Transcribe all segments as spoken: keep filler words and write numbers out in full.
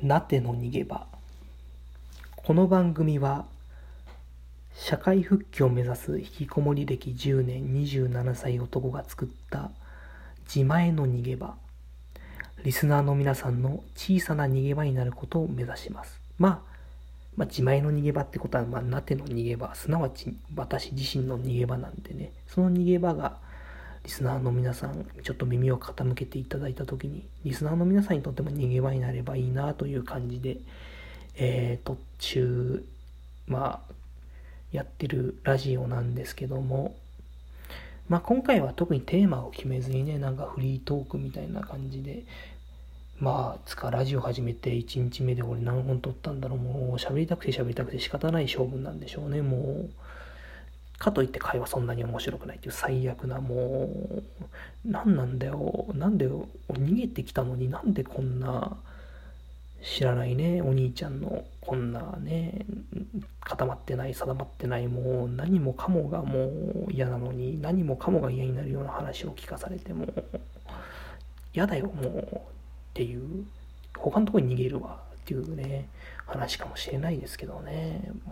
なての逃げ場。この番組は社会復帰を目指す引きこもり歴じゅうねんにじゅうななさい男が作った自前の逃げ場。リスナーの皆さんの小さな逃げ場になることを目指します。まあ、まあ、自前の逃げ場ってことは、まあ、なての逃げ場、すなわち私自身の逃げ場なんでね、その逃げ場がリスナーの皆さん、ちょっと耳を傾けていただいたときに、リスナーの皆さんにとっても逃げ場になればいいなという感じで、えー、途中、まあ、やってるラジオなんですけども、まあ今回は特にテーマを決めずにね、なんかフリートークみたいな感じで、まあ、つかラジオ始めていちにちめで俺何本撮ったんだろう、もう喋りたくて喋りたくて仕方ない性分なんでしょうね、もう。かといって会話そんなに面白くないっていう最悪な、もう、何なんだよ、なんで逃げてきたのになんでこんな、知らないね、お兄ちゃんのこんなね、固まってない、定まってない、もう何もかもがもう嫌なのに、何もかもが嫌になるような話を聞かされても、嫌だよ、もう、っていう、他のところに逃げるわ、っていうね、話かもしれないですけどね、も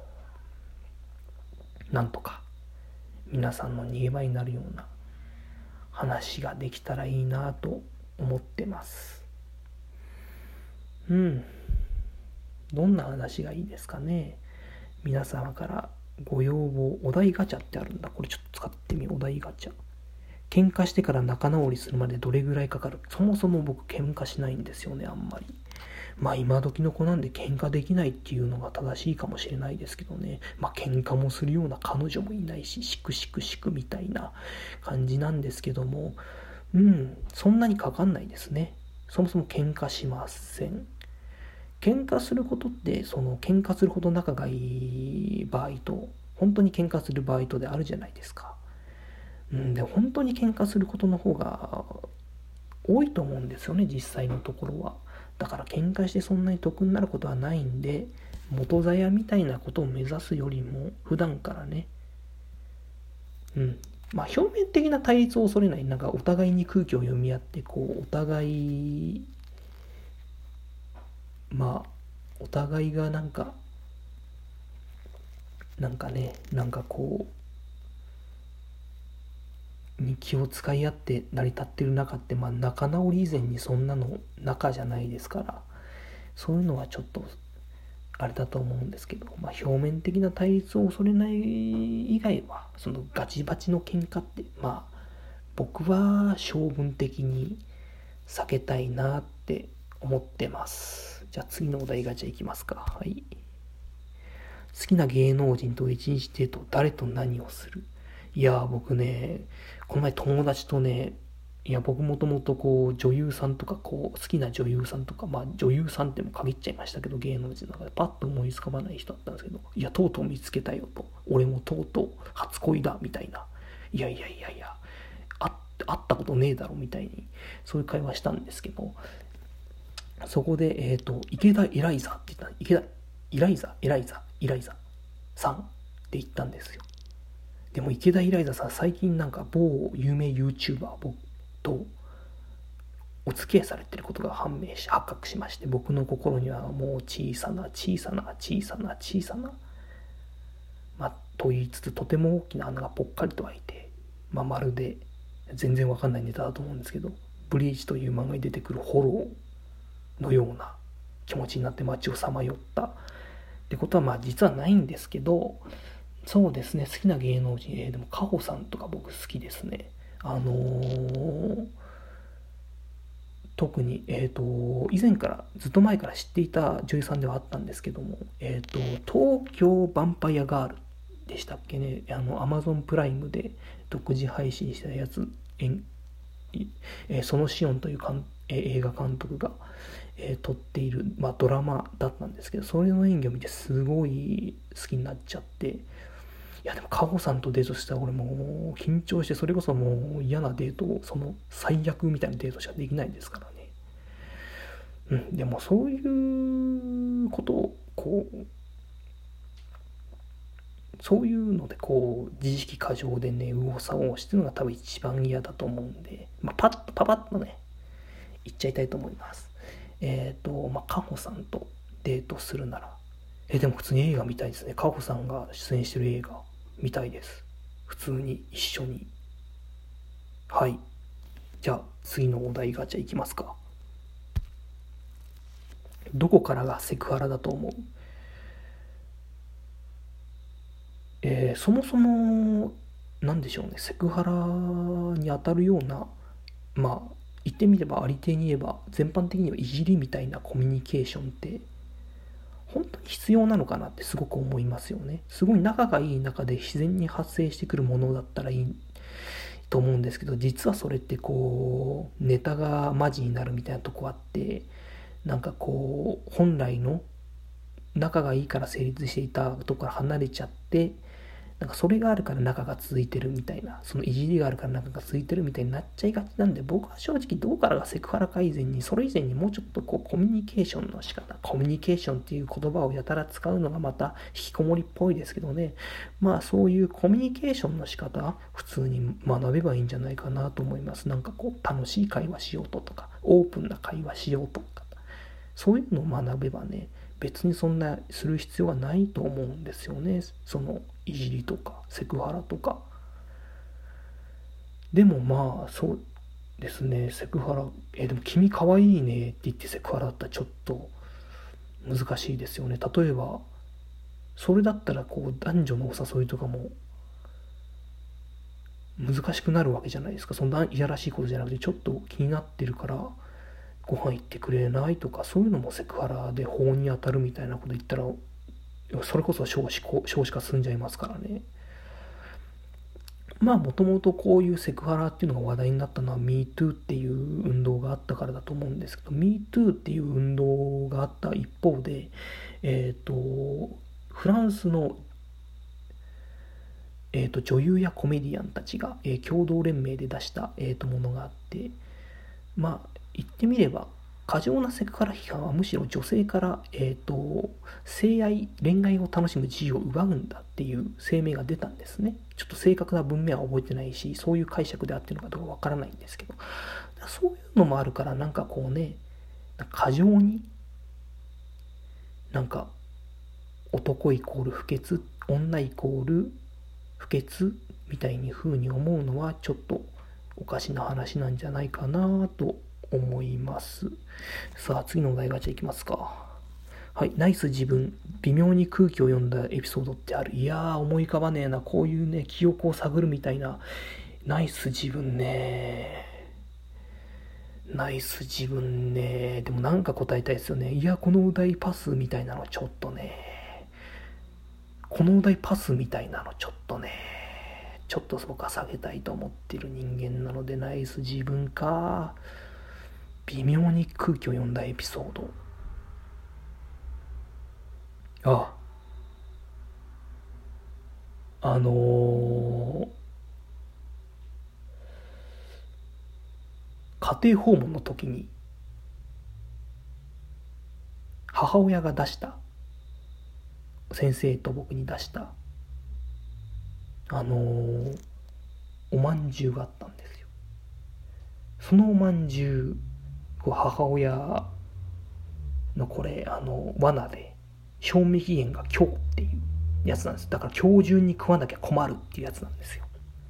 う、なんとか、皆さんの逃げ場になるような話ができたらいいなと思ってます。うん。どんな話がいいですかね。皆様からご要望、お題ガチャってあるんだ。これちょっと使ってみよう、お題ガチャ。喧嘩してから仲直りするまでどれぐらいかかる？そもそも僕喧嘩しないんですよね、あんまり。まあ今時の子なんで喧嘩できないっていうのが正しいかもしれないですけどね。まあ喧嘩もするような彼女もいないし、しくしくしくみたいな感じなんですけども、うん、そんなにかかんないですね。そもそも喧嘩しません。喧嘩することって、その喧嘩するほど仲がいい場合と、本当に喧嘩する場合とであるじゃないですか。うん、で、本当に喧嘩することの方が多いと思うんですよね、実際のところは。だから喧嘩してそんなに得になることはないんで、元座屋みたいなことを目指すよりも、普段からね、うん、まあ表面的な対立を恐れない、なんかお互いに空気を読み合って、こう、お互い、まあ、お互いがなんか、なんかね、なんかこう、に気を使い合って成り立ってる中って、まあ仲直り以前にそんなの仲じゃないですから、そういうのはちょっと、あれだと思うんですけど、まあ表面的な対立を恐れない以外は、そのガチバチの喧嘩って、まあ、僕は性分的に避けたいなって思ってます。じゃあ次のお題ガチャいきますか。はい。好きな芸能人と一日デート、誰と何をする？いやー僕ね、この前友達とね、いや僕もともとこう女優さんとかこう好きな女優さんとか、まあ女優さんっても限っちゃいましたけど、芸能人の中でパッと思いつかばない人だったんですけど、いやとうとう見つけたよと、俺もとうとう初恋だみたいな、いやいやいやいや、あ会ったことねえだろみたいに、そういう会話したんですけど、そこで、えっ、ー、と、池田エライザって言った、池田、イライザ、エライザ、イライザさんって言ったんですよ。でも池田イライザさん、最近なんか某有名 YouTuber とお付き合いされてることが判明し、発覚しまして、僕の心にはもう小さな小さな小さな小さな、まあ、と言いつつとても大きな穴がぽっかりと開いて、まあ、まるで全然わかんないネタだと思うんですけど、ブリーチという漫画に出てくるホローのような気持ちになって街をさまよったってことはまあ実はないんですけど、そうですね、好きな芸能人、えー、でもカホさんとか僕好きですね。あのー、特に、えーと、以前からずっと前から知っていた女優さんではあったんですけども、えーと、東京ヴァンパイアガールでしたっけね、あのアマゾンプライムで独自配信したやつ、えー、そのシオンというかん、えー、映画監督が、えー、撮っている、まあ、ドラマだったんですけど、それの演技を見てすごい好きになっちゃって、いやでもカホさんとデートしたら俺もう緊張して、それこそもう嫌なデートを、その最悪みたいなデートしかできないですからね。うん、でもそういうことをこう、そういうのでこう自意識過剰でね右往左往してるのが多分一番嫌だと思うんで、まあ、パッとパパッとね言っちゃいたいと思います。 えっ、と、まあ、カホさんとデートするなら、え、でも普通に映画見たいですね。カホさんが出演してる映画見たいです。普通に一緒に。はい。じゃあ次のお題ガチャいきますか。どこからがセクハラだと思う？えーそもそも、なんでしょうね、セクハラに当たるような、まあ、言ってみればありていに言えば、全般的にはいじりみたいなコミュニケーションって、本当に必要なのかなってすごく思いますよね。すごい仲がいい中で自然に発生してくるものだったらいいと思うんですけど、実はそれってこう、ネタがマジになるみたいなとこあって、なんかこう、本来の仲がいいから成立していたとこから離れちゃって、なんかそれがあるから仲が続いてるみたいな、そのいじりがあるから仲が続いてるみたいになっちゃいがちなんで、僕は正直どこからがセクハラ改善に、それ以前にもうちょっとこうコミュニケーションの仕方、コミュニケーションっていう言葉をやたら使うのがまた引きこもりっぽいですけどね、まあそういうコミュニケーションの仕方、普通に学べばいいんじゃないかなと思います。なんかこう楽しい会話しようととか、オープンな会話しようとか、そういうのを学べばね、別にそんなする必要はないと思うんですよね。そのいじりとかセクハラとか。でもまあそうですね、セクハラ、えでも君かわいいねって言ってセクハラだったらちょっと難しいですよね。例えばそれだったらこう男女のお誘いとかも難しくなるわけじゃないですか。そんないやらしいことじゃなくて、ちょっと気になってるからご飯行ってくれないとか、そういうのもセクハラで法に当たるみたいなこと言ったら、それこそ少子少子化進んじゃいますからね。まあもともとこういうセクハラっていうのが話題になったのは ミートゥー っていう運動があったからだと思うんですけど、 ミートゥー っていう運動があった一方で、えっ、とフランスの、えー、と女優やコメディアンたちが、えー共同連盟で出した、えー、とものがあって、まあ言ってみれば過剰なセクハラ批判はむしろ女性から、えー、と性愛恋愛を楽しむ自由を奪うんだっていう声明が出たんですね。ちょっと正確な文面は覚えてないし、そういう解釈であってるのかどうかわからないんですけど、そういうのもあるから、なんかこうね、過剰になんか男イコール不潔、女イコール不潔みたいに風に思うのはちょっとおかしな話なんじゃないかなと思います。さあ次のお題ガチャいきますか。はい、ナイス自分、微妙に空気を読んだエピソードってある？いやー思い浮かばねえな。こういうね、記憶を探るみたいな。ナイス自分ね、ナイス自分ね、でもなんか答えたいですよね。いやこのお題パスみたいなのちょっとね、このお題パスみたいなのちょっとね、ちょっと僕は下げたいと思ってる人間なので、ナイス自分か。微妙に空気を読んだエピソード。あ、あのー、家庭訪問の時に母親が出した、先生と僕に出したあのー、おまんじゅうがあったんですよ。そのおまんじゅうを母親のこれあの罠で、賞味期限が今日っていうやつなんです。だから今日中に食わなきゃ困るっていうやつなんですよ。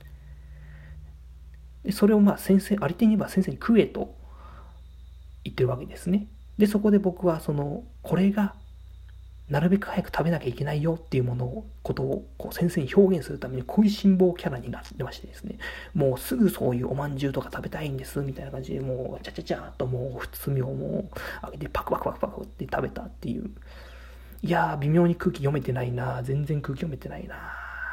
でそれをまあ先生、ありていに言えば先生に食えと言ってるわけですね。でそこで僕はそのこれがなるべく早く食べなきゃいけないよっていうものをことをこう先生に表現するために食いしん坊キャラになってましてですね、もうすぐそういうおまんじゅうとか食べたいんですみたいな感じで、もうちゃちゃちゃっともう普通をもうあげてパクパクパクパクって食べたっていう。いやー微妙に空気読めてないな、全然空気読めてないな。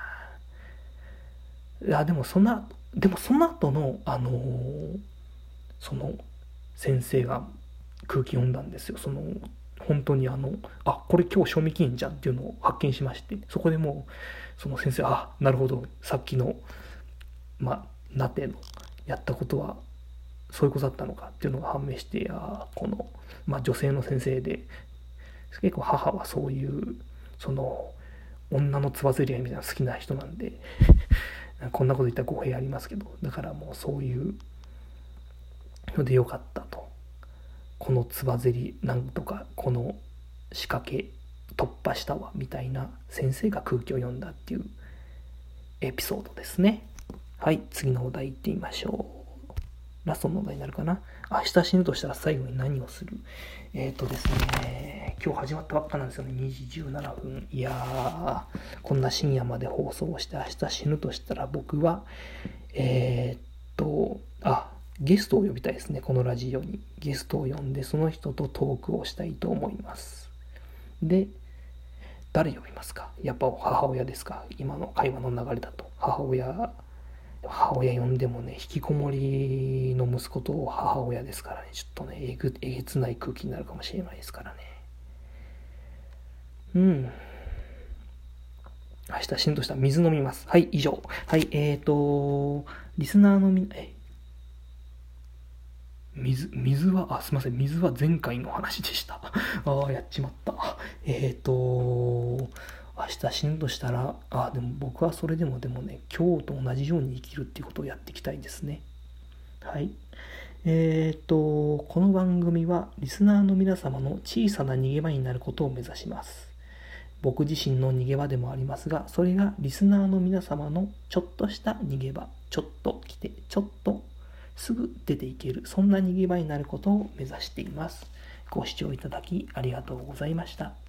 いやでもそんなでもその後のあのーその先生が空気読んだんですよ。その本当にあのあこれ今日賞味期限じゃんっていうのを発見しまして、そこでもうその先生、あなるほど、さっきのまあなてのやったことはそういうことだったのかっていうのが判明して、あこの、まあ、女性の先生で、結構母はそういうその女のつばぜり合いみたいなの好きな人なんでこんなこと言ったら語弊ありますけど、だからもうそういうのでよかったと。 このつばぜりなんとかこの仕掛け突破したわみたいな先生が空気を読んだっていうエピソードですね。はい、次のお題いってみましょう。ラストのお題になるかな。明日死ぬとしたら最後に何をする。えっ、ー、とですね、今日始まったばっかなんですよね。にじじゅうななふん。いやー、こんな深夜まで放送して明日死ぬとしたら僕は、えー、っと、あ、ゲストを呼びたいですね。このラジオに。ゲストを呼んで、その人とトークをしたいと思います。で、誰呼びますか？やっぱ母親ですか？今の会話の流れだと。母親、母親呼んでもね、引きこもりの息子と母親ですからね、ちょっとね、えぐ、えげつない空気になるかもしれないですからね。うん。明日死ぬとしたら水飲みます。はい、以上。はい、えーと、リスナーのみ、え、水、水は、あ、すいません、水は前回の話でした。ああ、やっちまった。えーと、明日死ぬとしたら、あ、でも僕はそれでもでもね、今日と同じように生きるっていうことをやっていきたいですね。はい。えーと、この番組はリスナーの皆様の小さな逃げ場になることを目指します。僕自身の逃げ場でもありますが、それがリスナーの皆様のちょっとした逃げ場、ちょっと来て、ちょっとすぐ出ていける、そんな逃げ場になることを目指しています。ご視聴いただきありがとうございました。